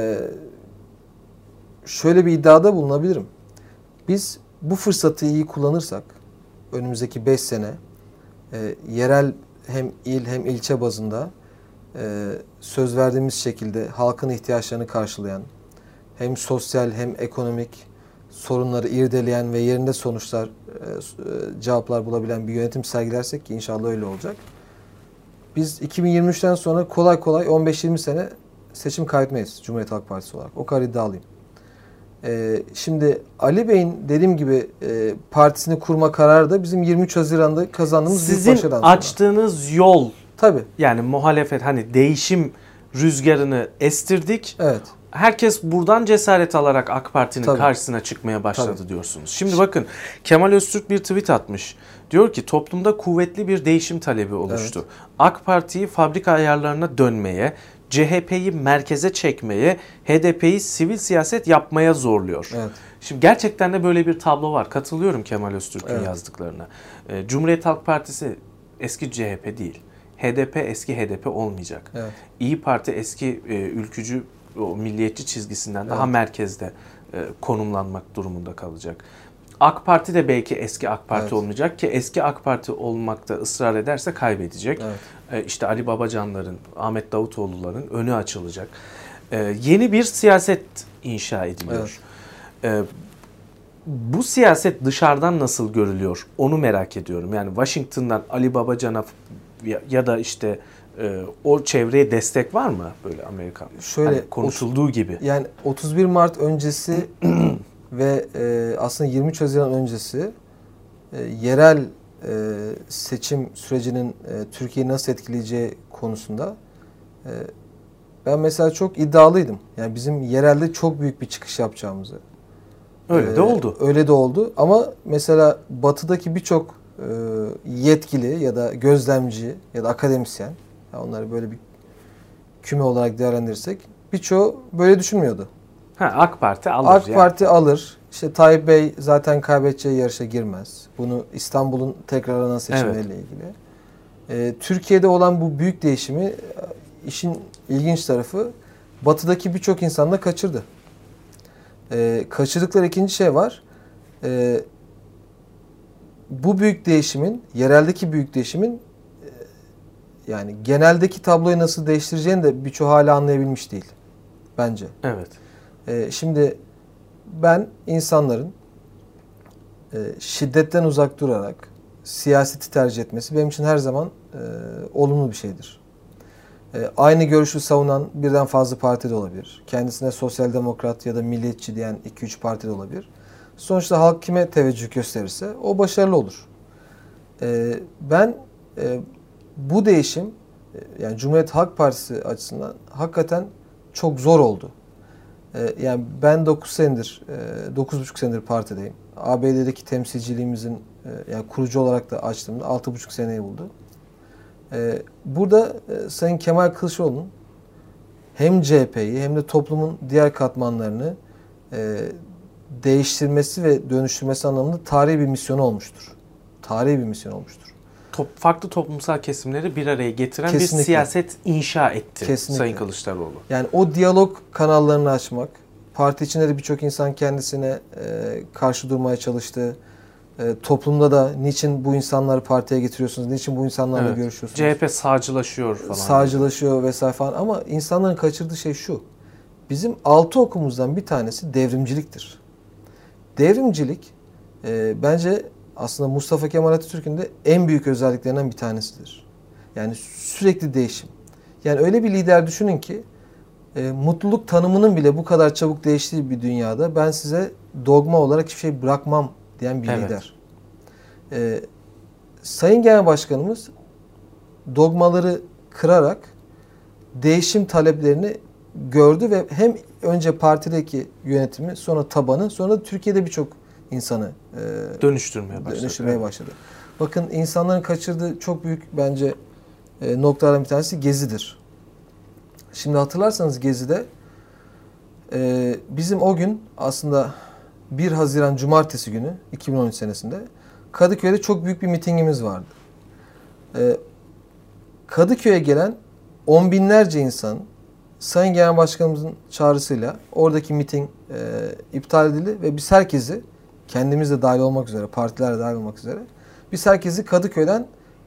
şöyle bir iddiada bulunabilirim. Biz bu fırsatı iyi kullanırsak önümüzdeki 5 sene yerel hem il hem ilçe bazında söz verdiğimiz şekilde halkın ihtiyaçlarını karşılayan, hem sosyal hem ekonomik sorunları irdeleyen ve yerinde sonuçlar, cevaplar bulabilen bir yönetim sergilersek ki inşallah öyle olacak. Biz 2023'ten sonra kolay kolay 15-20 sene seçim kaybetmeyiz Cumhuriyet Halk Partisi olarak. O kadar iddialıyım. Şimdi Ali Bey'in dediğim gibi partisini kurma kararı da bizim 23 Haziran'da kazandığımız büyük başarıdan sonra. Sizin açtığınız yol, tabii, yani muhalefet, hani değişim rüzgarını estirdik. evet. Herkes buradan cesaret alarak AK Parti'nin Tabii. karşısına çıkmaya başladı Tabii. diyorsunuz. Şimdi bakın, Kemal Öztürk bir tweet atmış. Diyor ki toplumda kuvvetli bir değişim talebi oluştu. Evet. AK Parti'yi fabrika ayarlarına dönmeye, CHP'yi merkeze çekmeye, HDP'yi sivil siyaset yapmaya zorluyor. Evet. Şimdi gerçekten de böyle bir tablo var. Katılıyorum Kemal Öztürk'ün Evet. yazdıklarına. Cumhuriyet Halk Partisi eski CHP değil. HDP eski HDP olmayacak. Evet. İyi Parti eski ülkücü, o milliyetçi çizgisinden daha Evet. merkezde konumlanmak durumunda kalacak. AK Parti de belki eski AK Parti Evet. olmayacak ki eski AK Parti olmakta ısrar ederse kaybedecek. Evet. İşte Ali Babacanların, Ahmet Davutoğlu'ların önü açılacak. Yeni bir siyaset inşa ediliyor. Bu siyaset dışarıdan nasıl görülüyor? Onu merak ediyorum. Yani Washington'dan Ali Babacan'a ya da işte o çevreye destek var mı böyle Amerikan? Şöyle hani konuşulduğu gibi. Yani 31 Mart öncesi ve aslında 23 Haziran öncesi yerel seçim sürecinin Türkiye'yi nasıl etkileyeceği konusunda ben mesela çok iddialıydım. Yani bizim yerelde çok büyük bir çıkış yapacağımızı. Öyle de oldu. Öyle de oldu. Ama mesela batıdaki birçok yetkili ya da gözlemci ya da akademisyen, yani onları böyle bir küme olarak değerlendirirsek, birçoğu böyle düşünmüyordu. AK Parti alır. AK Parti alır. İşte Tayyip Bey zaten kaybedeceği yarışa girmez. Bunu İstanbul'un tekrarlanan seçimleriyle ilgili. Türkiye'de olan bu büyük değişimi, işin ilginç tarafı, batıdaki birçok insan da kaçırdı. Kaçırdıkları ikinci şey var. Bu büyük değişimin, yereldeki büyük değişimin yani geneldeki tabloyu nasıl değiştireceğini de birçoğu hala anlayabilmiş değil. Bence. Evet. Şimdi ben insanların şiddetten uzak durarak siyaseti tercih etmesi benim için her zaman olumlu bir şeydir. Aynı görüşü savunan birden fazla parti de olabilir. Kendisine sosyal demokrat ya da milliyetçi diyen 2-3 parti de olabilir. Sonuçta halk kime teveccüh gösterirse o başarılı olur. Ben bu değişim, yani Cumhuriyet Halk Partisi açısından hakikaten çok zor oldu. Yani ben 9,5 senedir partideyim. ABD'deki temsilciliğimizin yani kurucu olarak da açtığımda 6,5 seneyi buldu. Burada Sayın Kemal Kılıçdaroğlu'nun hem CHP'yi hem de toplumun diğer katmanlarını değiştirmesi ve dönüştürmesi anlamında tarihi bir misyonu olmuştur. Tarihi bir misyon olmuştur. Farklı toplumsal kesimleri bir araya getiren Kesinlikle. bir siyaset inşa etti Kesinlikle. Sayın Kılıçdaroğlu. Yani o diyalog kanallarını açmak, parti içinde de birçok insan kendisine karşı durmaya çalıştı. Toplumda da niçin bu insanları partiye getiriyorsunuz, niçin bu insanlarla görüşüyorsunuz? CHP sağcılaşıyor falan. Sağcılaşıyor vesaire falan, ama insanların kaçırdığı şey şu. Bizim 6 okumuzdan bir tanesi devrimciliktir. Devrimcilik bence aslında Mustafa Kemal Atatürk'ün de en büyük özelliklerinden bir tanesidir. Yani sürekli değişim. Yani öyle bir lider düşünün ki mutluluk tanımının bile bu kadar çabuk değiştiği bir dünyada ben size dogma olarak hiçbir şey bırakmam diyen bir lider. Sayın Genel Başkanımız dogmaları kırarak değişim taleplerini gördü ve hem önce partideki yönetimi, sonra tabanı, sonra da Türkiye'de birçok insanı dönüştürmeye başladı. Bakın, insanların kaçırdığı çok büyük bence noktalardan bir tanesi Gezi'dir. Şimdi hatırlarsanız Gezi'de bizim o gün aslında 1 Haziran Cumartesi günü 2013 senesinde Kadıköy'de çok büyük bir mitingimiz vardı. Kadıköy'e gelen on binlerce insan Sayın Genel Başkanımızın çağrısıyla oradaki miting iptal edildi ve biz herkesi, kendimiz de dahil olmak üzere, partiler de dahil olmak üzere, biz herkesi Kadıköy'den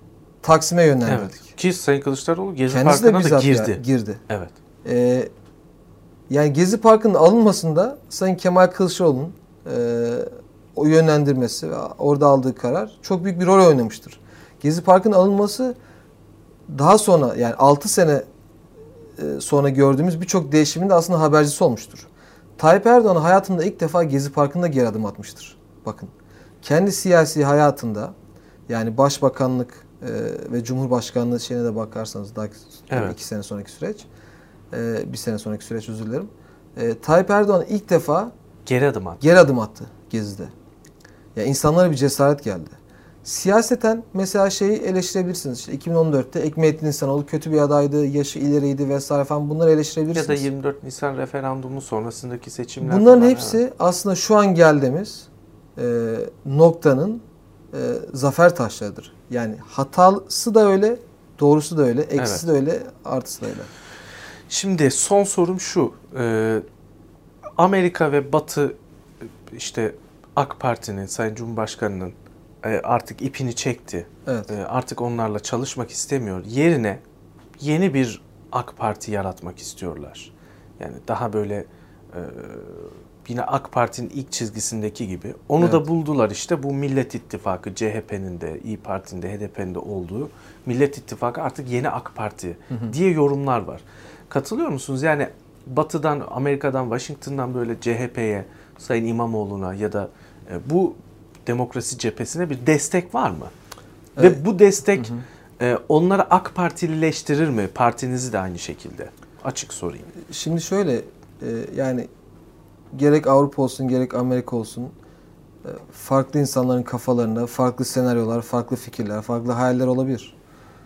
Taksim'e yönlendirdik. Evet. Ki Sayın Kılıçdaroğlu Gezi Kendisi de Parkı'na da bizzat girdi. Evet. Yani Gezi Parkı'nın alınmasında Sayın Kemal Kılıçdaroğlu'nun o yönlendirmesi ve orada aldığı karar çok büyük bir rol oynamıştır. Gezi Parkı'nın alınması daha sonra, yani 6 sene sonra gördüğümüz birçok değişimin de aslında habercisi olmuştur. Tayyip Erdoğan hayatında ilk defa Gezi Parkı'nda geri adım atmıştır. Bakın, kendi siyasi hayatında, yani başbakanlık ve cumhurbaşkanlığı şeyine de bakarsanız daha 2 sene sonraki süreç, bir sene sonraki süreç, özür dilerim. Tayyip Erdoğan ilk defa geri adım attı Gezi'de. Yani insanlara bir cesaret geldi. Siyaseten mesela şeyi eleştirebilirsiniz. İşte 2014'te Ekmelettin İhsanoğlu kötü bir adaydı, yaşı ileriydi vesaire falan, bunları eleştirebilirsiniz. Ya da 24 Nisan referandumu sonrasındaki seçimler bunların falan, hepsi aslında şu an geldiğimiz noktanın zafer taşlarıdır. Yani hatalısı da öyle, doğrusu da öyle, eksisi de öyle, artısı da öyle. Şimdi son sorum şu. Amerika ve Batı, işte AK Parti'nin, Sayın Cumhurbaşkanı'nın artık ipini çekti. Evet. Artık onlarla çalışmak istemiyor. Yerine yeni bir AK Parti yaratmak istiyorlar. Yani daha böyle yine AK Parti'nin ilk çizgisindeki gibi. Onu da buldular işte, bu Millet İttifakı, CHP'nin de, İYİ Parti'nin de, HDP'nin de olduğu Millet İttifakı artık yeni AK Parti diye yorumlar var. Katılıyor musunuz? Yani Batı'dan, Amerika'dan, Washington'dan böyle CHP'ye, Sayın İmamoğlu'na ya da bu demokrasi cephesine bir destek var mı? Evet. Ve bu destek onları AK Partilileştirir mi? Partinizi de aynı şekilde. Açık sorayım. Şimdi şöyle, yani gerek Avrupa olsun gerek Amerika olsun, farklı insanların kafalarında farklı senaryolar, farklı fikirler, farklı hayaller olabilir.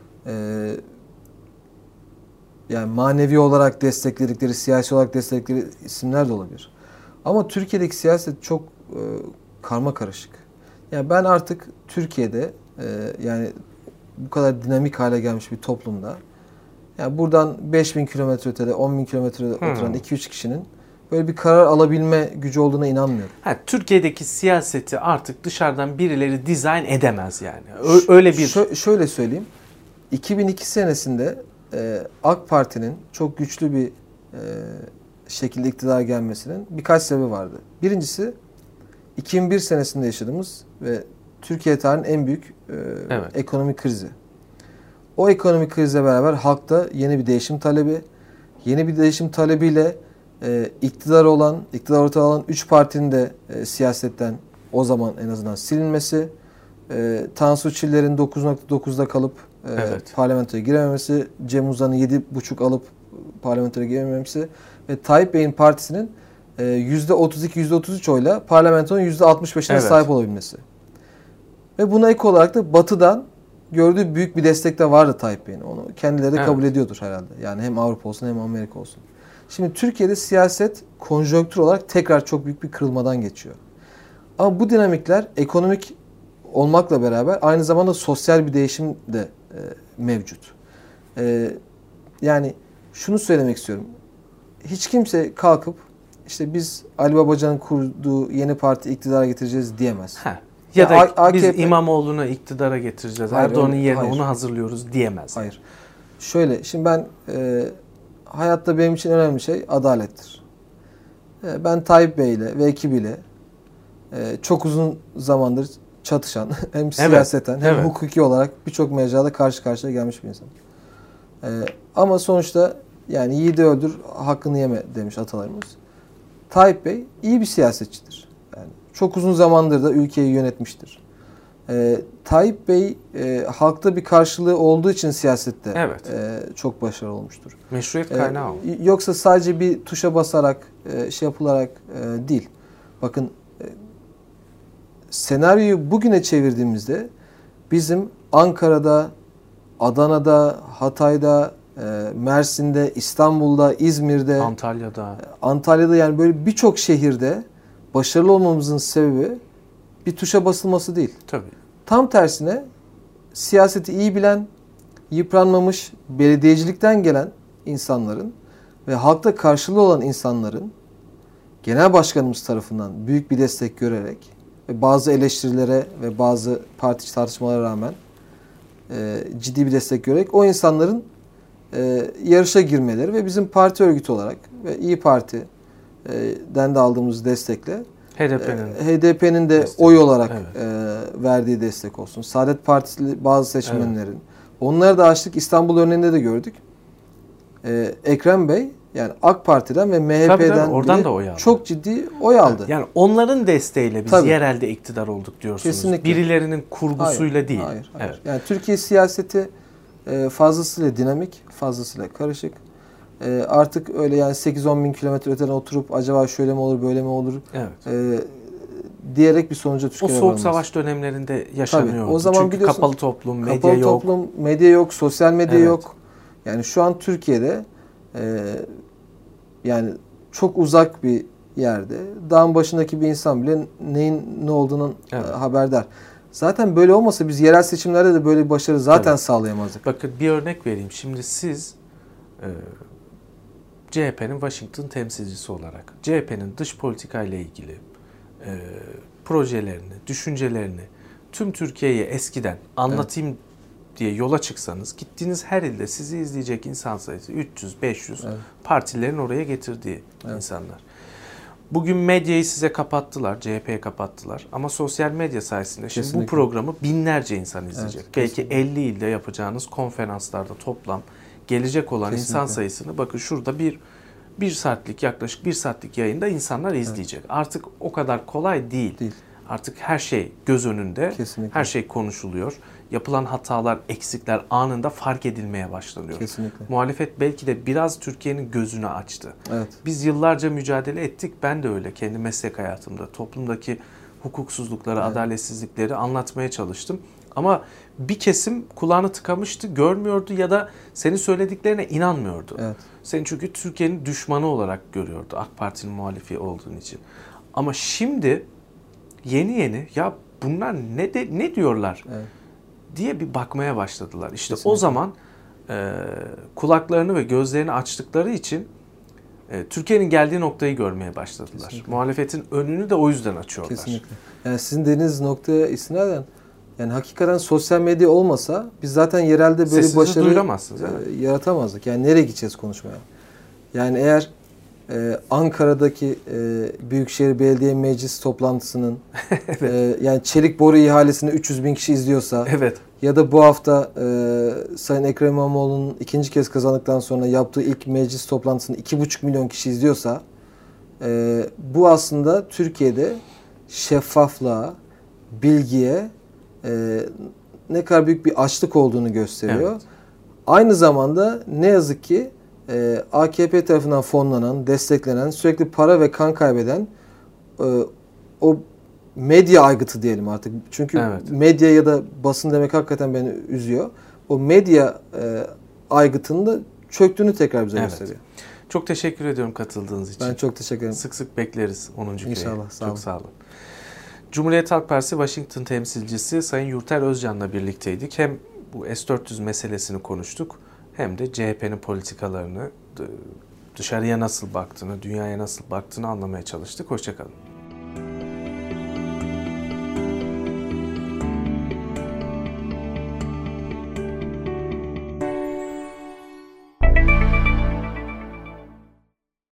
Yani manevi olarak destekledikleri, siyasi olarak destekledikleri isimler de olabilir. Ama Türkiye'deki siyaset çok karma karışık. Yani ben artık Türkiye'de yani bu kadar dinamik hale gelmiş bir toplumda, yani buradan 5000 kilometre ötede, 10.000 kilometre oturan 2-3 kişinin böyle bir karar alabilme gücü olduğuna inanmıyorum. Türkiye'deki siyaseti artık dışarıdan birileri dizayn edemez yani. Öyle bir... Şöyle söyleyeyim. 2002 senesinde AK Parti'nin çok güçlü bir şekilde iktidara gelmesinin birkaç sebebi vardı. Birincisi 2001 senesinde yaşadığımız ve Türkiye tarihinin en büyük ekonomik krizi. O ekonomik krizle beraber halkta yeni bir değişim talebi, yeni bir değişim talebiyle iktidar ortağı olan 3 partinin de siyasetten o zaman en azından silinmesi, Tansu Çiller'in 9.9'da kalıp parlamentoya girememesi, Cem Uzan'ın 7.5 alıp parlamentoya girememesi ve Tayyip Bey'in partisinin %32-%33 oyla parlamentonun %65'ine sahip olabilmesi. Ve buna ek olarak da Batı'dan gördüğü büyük bir destek de vardı Tayyip Bey'in. Onu kendileri de kabul ediyordur herhalde. Yani hem Avrupa olsun hem Amerika olsun. Şimdi Türkiye'de siyaset konjonktür olarak tekrar çok büyük bir kırılmadan geçiyor. Ama bu dinamikler ekonomik olmakla beraber aynı zamanda sosyal bir değişim de mevcut. Yani şunu söylemek istiyorum. Hiç kimse kalkıp işte biz Ali Babacan'ın kurduğu yeni parti iktidara getireceğiz diyemez. Ya da biz İmamoğlu'nu iktidara getireceğiz, Erdoğan'ın yerine onu hazırlıyoruz diyemez. Hayır. Şöyle, şimdi ben hayatta benim için önemli şey adalettir. Ben Tayyip Bey'le ve ekibiyle çok uzun zamandır çatışan, hem siyaseten hem hukuki olarak birçok mecrada karşı karşıya gelmiş bir insan. Ama sonuçta yani yiğidi öldür, hakkını yeme demiş atalarımız. Tayyip Bey iyi bir siyasetçidir. Yani çok uzun zamandır da ülkeyi yönetmiştir. Tayyip Bey halkta bir karşılığı olduğu için siyasette çok başarılı olmuştur. Meşruiyet kaynağı o. Yoksa sadece bir tuşa basarak, şey yapılarak değil. Bakın, senaryoyu bugüne çevirdiğimizde bizim Ankara'da, Adana'da, Hatay'da, Mersin'de, İstanbul'da, İzmir'de, Antalya'da, yani böyle birçok şehirde başarılı olmamızın sebebi bir tuşa basılması değil. Tabii. Tam tersine siyaseti iyi bilen, yıpranmamış, belediyecilikten gelen insanların ve halkta karşılığı olan insanların genel başkanımız tarafından büyük bir destek görerek ve bazı eleştirilere ve bazı parti tartışmalara rağmen ciddi bir destek görerek o insanların yarışa girmeleri ve bizim parti örgütü olarak ve İyi Parti'den de aldığımız destekle HDP'nin de oy olarak verdiği destek olsun. Saadet Partisi bazı seçmenlerin. Onları da açtık. İstanbul örneğinde de gördük. Ekrem Bey yani AK Parti'den ve MHP'den oradan da oy aldı. Çok ciddi oy aldı. Yani onların desteğiyle biz yerelde iktidar olduk diyorsunuz. Kesinlikle. Birilerinin kurgusuyla değil. Hayır. Evet. Yani Türkiye siyaseti fazlasıyla dinamik, fazlasıyla karışık. Artık öyle yani 8-10 bin kilometre öteden oturup acaba şöyle mi olur, böyle mi olur diyerek bir sonuca Türkiye o soğuk savaş dönemlerinde yaşanıyordu. Tabii, o zaman çünkü kapalı toplum, medya yok. Kapalı toplum, medya yok, sosyal medya yok. Yani şu an Türkiye'de yani çok uzak bir yerde dağın başındaki bir insan bile neyin ne olduğunun haberdar. Zaten böyle olmasa biz yerel seçimlerde de böyle bir başarı zaten sağlayamazdık. Bakın bir örnek vereyim. Şimdi siz CHP'nin Washington temsilcisi olarak CHP'nin dış politika ile ilgili projelerini, düşüncelerini tüm Türkiye'ye eskiden anlatayım diye yola çıksanız gittiğiniz her ilde sizi izleyecek insan sayısı 300-500 partilerin oraya getirdiği insanlar. Bugün medyayı size kapattılar, CHP'ye kapattılar ama sosyal medya sayesinde şimdi bu programı binlerce insan izleyecek. Belki 50 ilde yapacağınız konferanslarda toplam gelecek olan insan sayısını bakın şurada bir saatlik yaklaşık 1 saatlik yayında insanlar izleyecek. Artık o kadar kolay değil. Artık her şey göz önünde, her şey konuşuluyor. Yapılan hatalar, eksikler anında fark edilmeye başlanıyor. Muhalefet belki de biraz Türkiye'nin gözünü açtı. Biz yıllarca mücadele ettik. Ben de öyle kendi meslek hayatımda toplumdaki hukuksuzlukları, adaletsizlikleri anlatmaya çalıştım. Ama bir kesim kulağını tıkamıştı, görmüyordu ya da senin söylediklerine inanmıyordu. Seni çünkü Türkiye'nin düşmanı olarak görüyordu AK Parti'nin muhalifi olduğun için. Ama şimdi yeni ya bunlar ne diyorlar diye bir bakmaya başladılar. İşte o zaman kulaklarını ve gözlerini açtıkları için Türkiye'nin geldiği noktayı görmeye başladılar. Muhalefetin önünü de o yüzden açıyorlar. Kesinlikle. Yani sizin dediğiniz noktaya istinaden yani hakikaten sosyal medya olmasa biz zaten yerelde böyle bir başarı yaratamazdık. Yani nereye gideceğiz konuşmaya? Yani eğer Ankara'daki Büyükşehir Belediye Meclis toplantısının yani çelik boru ihalesini 300 bin kişi izliyorsa ya da bu hafta Sayın Ekrem İmamoğlu'nun ikinci kez kazandıktan sonra yaptığı ilk meclis toplantısını 2,5 milyon kişi izliyorsa bu aslında Türkiye'de şeffaflığa, bilgiye ne kadar büyük bir açlık olduğunu gösteriyor. Aynı zamanda ne yazık ki AKP tarafından fonlanan, desteklenen, sürekli para ve kan kaybeden o medya aygıtı diyelim artık. Çünkü medya ya da basın demek hakikaten beni üzüyor. O medya aygıtının da çöktüğünü tekrar bize gösteriyor. Çok teşekkür ediyorum katıldığınız için. Ben çok teşekkür ederim. Sık sık bekleriz 10. köyü. İnşallah. Çok sağ olun. Cumhuriyet Halk Partisi Washington temsilcisi Sayın Yurter Özcan'la birlikteydik. Hem bu S-400 meselesini konuştuk hem de CHP'nin politikalarını, dışarıya nasıl baktığını, dünyaya nasıl baktığını anlamaya çalıştık. Hoşça kalın.